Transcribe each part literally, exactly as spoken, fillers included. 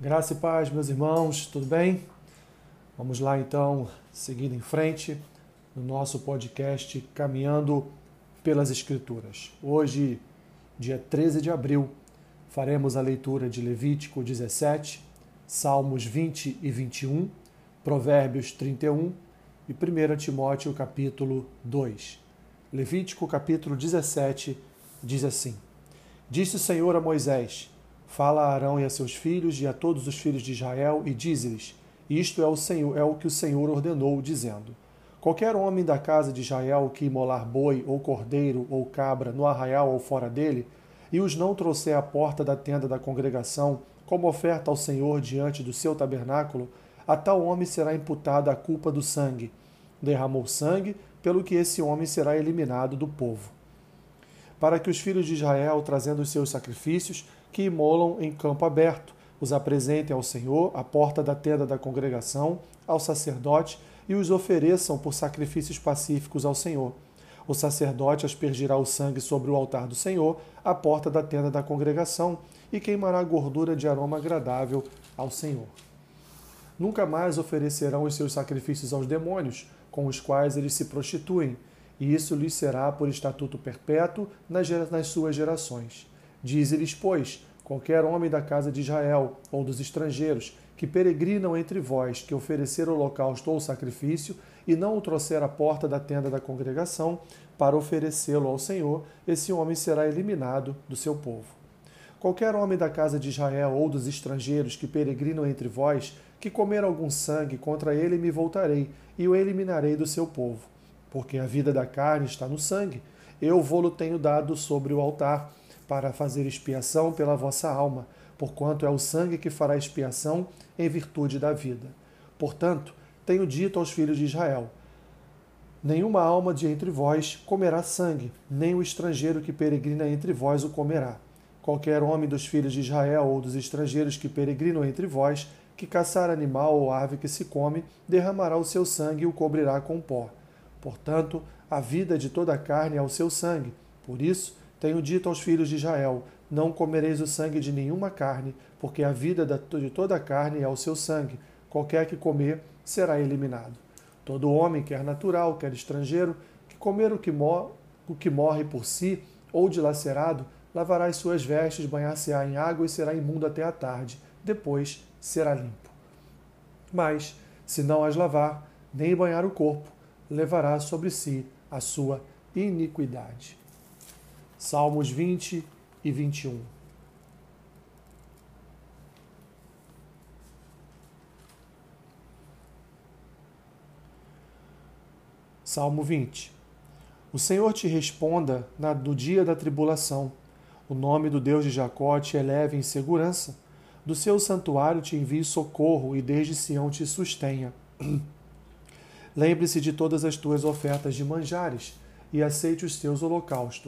Graça e paz, meus irmãos, tudo bem? Vamos lá então, seguindo em frente no nosso podcast Caminhando pelas Escrituras. Hoje, dia treze de abril, faremos a leitura de Levítico dezessete, Salmos vinte e vinte e um, Provérbios trinta e um e primeiro Timóteo capítulo dois. Levítico capítulo dezessete diz assim: Disse o Senhor a Moisés: Fala a Arão e a seus filhos e a todos os filhos de Israel e dize-lhes: Isto é o Senhor, é o que o Senhor ordenou, dizendo: Qualquer homem da casa de Israel que imolar boi ou cordeiro ou cabra no arraial ou fora dele, e os não trouxer à porta da tenda da congregação como oferta ao Senhor diante do seu tabernáculo, a tal homem será imputada a culpa do sangue. Derramou sangue, pelo que esse homem será eliminado do povo. Para que os filhos de Israel, trazendo os seus sacrifícios, que imolam em campo aberto, os apresentem ao Senhor, à porta da tenda da congregação, ao sacerdote, e os ofereçam por sacrifícios pacíficos ao Senhor. O sacerdote aspergirá o sangue sobre o altar do Senhor, à porta da tenda da congregação, e queimará gordura de aroma agradável ao Senhor. Nunca mais oferecerão os seus sacrifícios aos demônios, com os quais eles se prostituem, e isso lhes será por estatuto perpétuo nas, nas suas gerações. Dize-lhes, pois, qualquer homem da casa de Israel, ou dos estrangeiros, que peregrinam entre vós, que oferecer holocausto ou sacrifício, e não o trouxer à porta da tenda da congregação, para oferecê-lo ao Senhor, esse homem será eliminado do seu povo. Qualquer homem da casa de Israel, ou dos estrangeiros, que peregrinam entre vós, que comer algum sangue, contra ele me voltarei, e o eliminarei do seu povo. Porque a vida da carne está no sangue. Eu vô-lo tenho dado sobre o altar, para fazer expiação pela vossa alma, porquanto é o sangue que fará expiação em virtude da vida. Portanto, tenho dito aos filhos de Israel: nenhuma alma de entre vós comerá sangue, nem o estrangeiro que peregrina entre vós o comerá. Qualquer homem dos filhos de Israel ou dos estrangeiros que peregrinam entre vós, que caçar animal ou ave que se come, derramará o seu sangue e o cobrirá com pó. Portanto, a vida de toda a carne é o seu sangue. Por isso, tenho dito aos filhos de Israel: não comereis o sangue de nenhuma carne, porque a vida de toda a carne é o seu sangue. Qualquer que comer será eliminado. Todo homem, quer natural, quer estrangeiro, que comer o que, mor o que morre por si ou dilacerado, lavará as suas vestes, banhar-se-á em água e será imundo até a tarde. Depois será limpo. Mas, se não as lavar, nem banhar o corpo, levará sobre si a sua iniquidade. Salmos vinte e vinte e um. Salmo vinte. O Senhor te responda na, no dia da tribulação. O nome do Deus de Jacó te eleve em segurança. Do seu santuário te envie socorro e desde Sião te sustenha. Lembre-se de todas as tuas ofertas de manjares e aceite os teus holocaustos.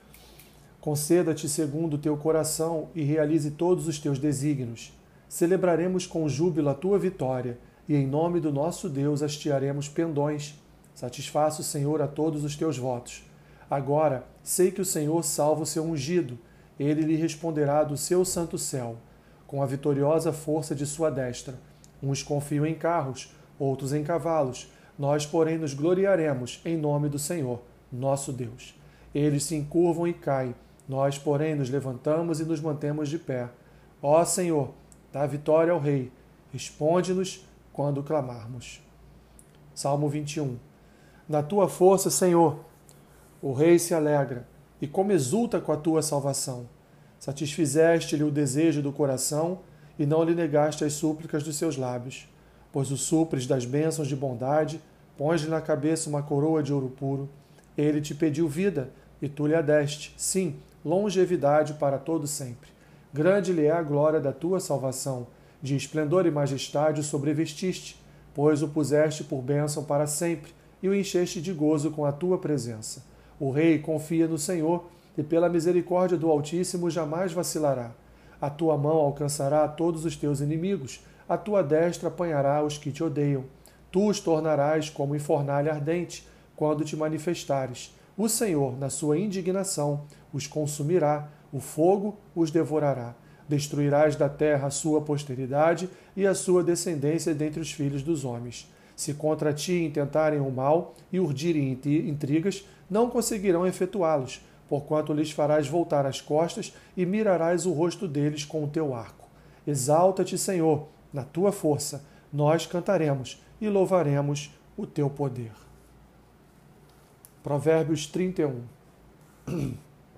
Conceda-te segundo o teu coração e realize todos os teus desígnios. Celebraremos com júbilo a tua vitória, e em nome do nosso Deus hastearemos pendões. Satisfaça o Senhor a todos os teus votos. Agora, sei que o Senhor salva o seu ungido. Ele lhe responderá do seu santo céu, com a vitoriosa força de sua destra. Uns confiam em carros, outros em cavalos. Nós, porém, nos gloriaremos em nome do Senhor, nosso Deus. Eles se encurvam e caem. Nós, porém, nos levantamos e nos mantemos de pé. Ó Senhor, dá vitória ao Rei. Responde-nos quando clamarmos. Salmo vinte e um. Na tua força, Senhor, o Rei se alegra, e como exulta com a tua salvação. Satisfizeste-lhe o desejo do coração, e não lhe negaste as súplicas dos seus lábios. Pois o supres das bênçãos de bondade, pões-lhe na cabeça uma coroa de ouro puro. Ele te pediu vida, e tu lhe a deste, sim, longevidade para todo sempre. Grande lhe é a glória da tua salvação, de esplendor e majestade o sobrevestiste, pois o puseste por bênção para sempre, e o encheste de gozo com a tua presença. O rei confia no Senhor, e pela misericórdia do Altíssimo jamais vacilará. A tua mão alcançará a todos os teus inimigos, a tua destra apanhará os que te odeiam. Tu os tornarás como em fornalha ardente, quando te manifestares. O Senhor, na sua indignação, os consumirá, o fogo os devorará. Destruirás da terra a sua posteridade e a sua descendência dentre os filhos dos homens. Se contra ti intentarem o mal e urdirem intrigas, não conseguirão efetuá-los, porquanto lhes farás voltar as costas e mirarás o rosto deles com o teu arco. Exalta-te, Senhor, na tua força, nós cantaremos e louvaremos o teu poder. Provérbios trinta e um.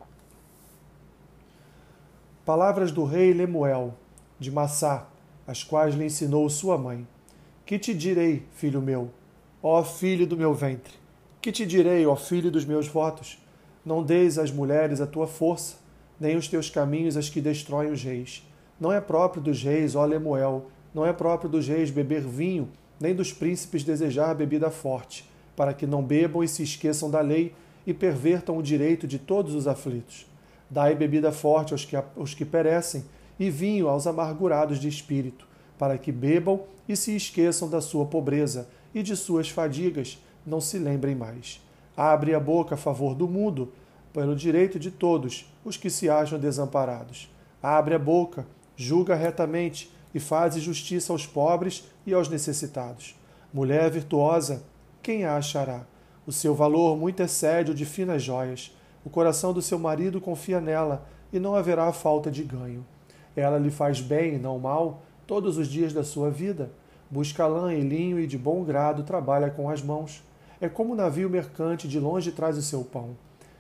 Palavras do rei Lemuel, de Massá, as quais lhe ensinou sua mãe. Que te direi, filho meu, ó filho do meu ventre? Que te direi, ó filho dos meus votos? Não deis às mulheres a tua força, nem os teus caminhos as que destroem os reis. Não é próprio dos reis, ó Lemuel, não é próprio dos reis beber vinho, nem dos príncipes desejar bebida forte, para que não bebam e se esqueçam da lei e pervertam o direito de todos os aflitos. Dai bebida forte aos que, aos que perecem e vinho aos amargurados de espírito, para que bebam e se esqueçam da sua pobreza e de suas fadigas, não se lembrem mais. Abre a boca a favor do mundo, pelo direito de todos os que se acham desamparados. Abre a boca, julga retamente e faze justiça aos pobres e aos necessitados. Mulher virtuosa, quem a achará? O seu valor muito excede o de finas joias. O coração do seu marido confia nela, e não haverá falta de ganho. Ela lhe faz bem e não mal todos os dias da sua vida. Busca lã e linho e de bom grado trabalha com as mãos. É como um navio mercante, de longe traz o seu pão.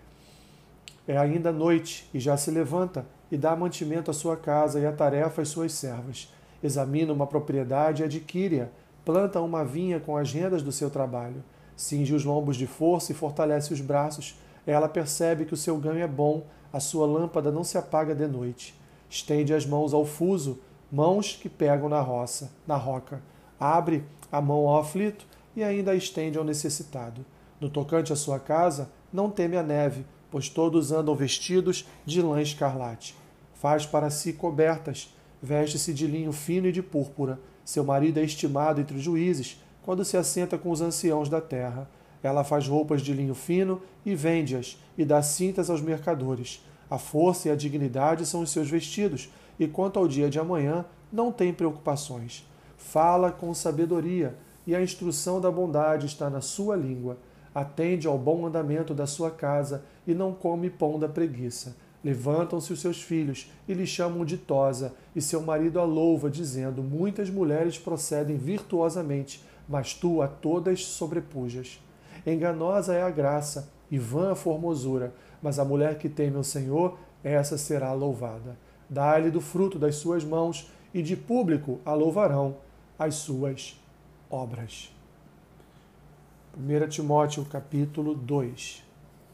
É ainda noite, e já se levanta, e dá mantimento à sua casa e a tarefa às suas servas. Examina uma propriedade e adquire-a. Planta uma vinha com as rendas do seu trabalho. Cinge os lombos de força e fortalece os braços. Ela percebe que o seu ganho é bom, a sua lâmpada não se apaga de noite. Estende as mãos ao fuso, mãos que pegam na roça, na roca. Abre a mão ao aflito e ainda a estende ao necessitado. No tocante à sua casa, não teme a neve, pois todos andam vestidos de lã escarlate. Faz para si cobertas, veste-se de linho fino e de púrpura. Seu marido é estimado entre os juízes, quando se assenta com os anciãos da terra. Ela faz roupas de linho fino e vende-as, e dá cintas aos mercadores. A força e a dignidade são os seus vestidos, e quanto ao dia de amanhã, não tem preocupações. Fala com sabedoria, e a instrução da bondade está na sua língua. Atende ao bom andamento da sua casa, e não come pão da preguiça. Levantam-se os seus filhos, e lhe chamam ditosa, e seu marido a louva, dizendo: muitas mulheres procedem virtuosamente, mas tu a todas sobrepujas. Enganosa é a graça, e vã a formosura, mas a mulher que teme o Senhor, essa será louvada. Dá-lhe do fruto das suas mãos, e de público a louvarão as suas obras. primeiro Timóteo, capítulo dois.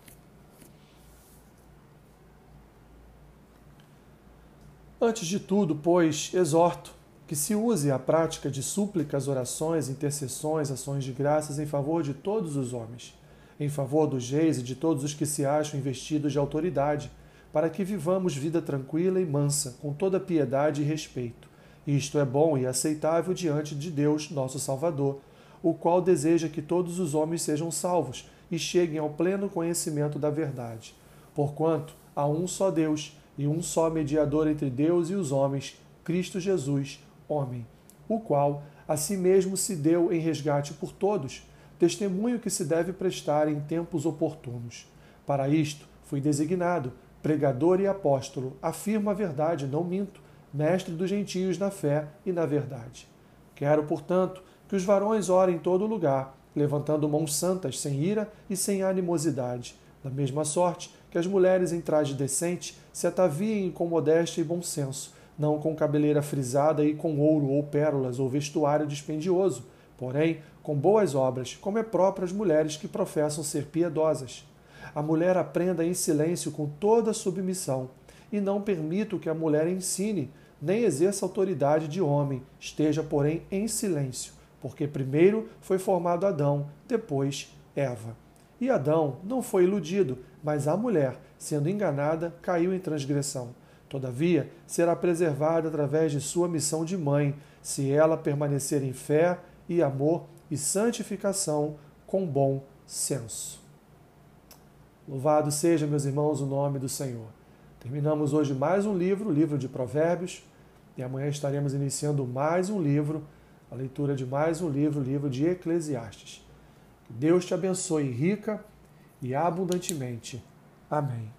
Antes de tudo, pois, exorto que se use a prática de súplicas, orações, intercessões, ações de graças em favor de todos os homens, em favor dos reis e de todos os que se acham investidos de autoridade, para que vivamos vida tranquila e mansa, com toda piedade e respeito. Isto é bom e aceitável diante de Deus, nosso Salvador, o qual deseja que todos os homens sejam salvos e cheguem ao pleno conhecimento da verdade. Porquanto há um só Deus e um só mediador entre Deus e os homens, Cristo Jesus, homem, o qual a si mesmo se deu em resgate por todos, testemunho que se deve prestar em tempos oportunos. Para isto fui designado, pregador e apóstolo, afirmo a verdade, não minto, mestre dos gentios na fé e na verdade. Quero, portanto, que os varões orem em todo lugar, levantando mãos santas, sem ira e sem animosidade, da mesma sorte que as mulheres em traje decente se ataviem com modéstia e bom senso, não com cabeleira frisada e com ouro ou pérolas ou vestuário dispendioso, porém com boas obras, como é próprio às mulheres que professam ser piedosas. A mulher aprenda em silêncio com toda submissão, e não permito que a mulher ensine, nem exerça autoridade de homem, esteja, porém, em silêncio, porque primeiro foi formado Adão, depois Eva. E Adão não foi iludido, mas a mulher, sendo enganada, caiu em transgressão. Todavia, será preservada através de sua missão de mãe, se ela permanecer em fé e amor e santificação com bom senso. Louvado seja, meus irmãos, o nome do Senhor. Terminamos hoje mais um livro, o livro de Provérbios, e amanhã estaremos iniciando mais um livro, a leitura de mais um livro, o livro de Eclesiastes. Que Deus te abençoe rica e abundantemente. Amém.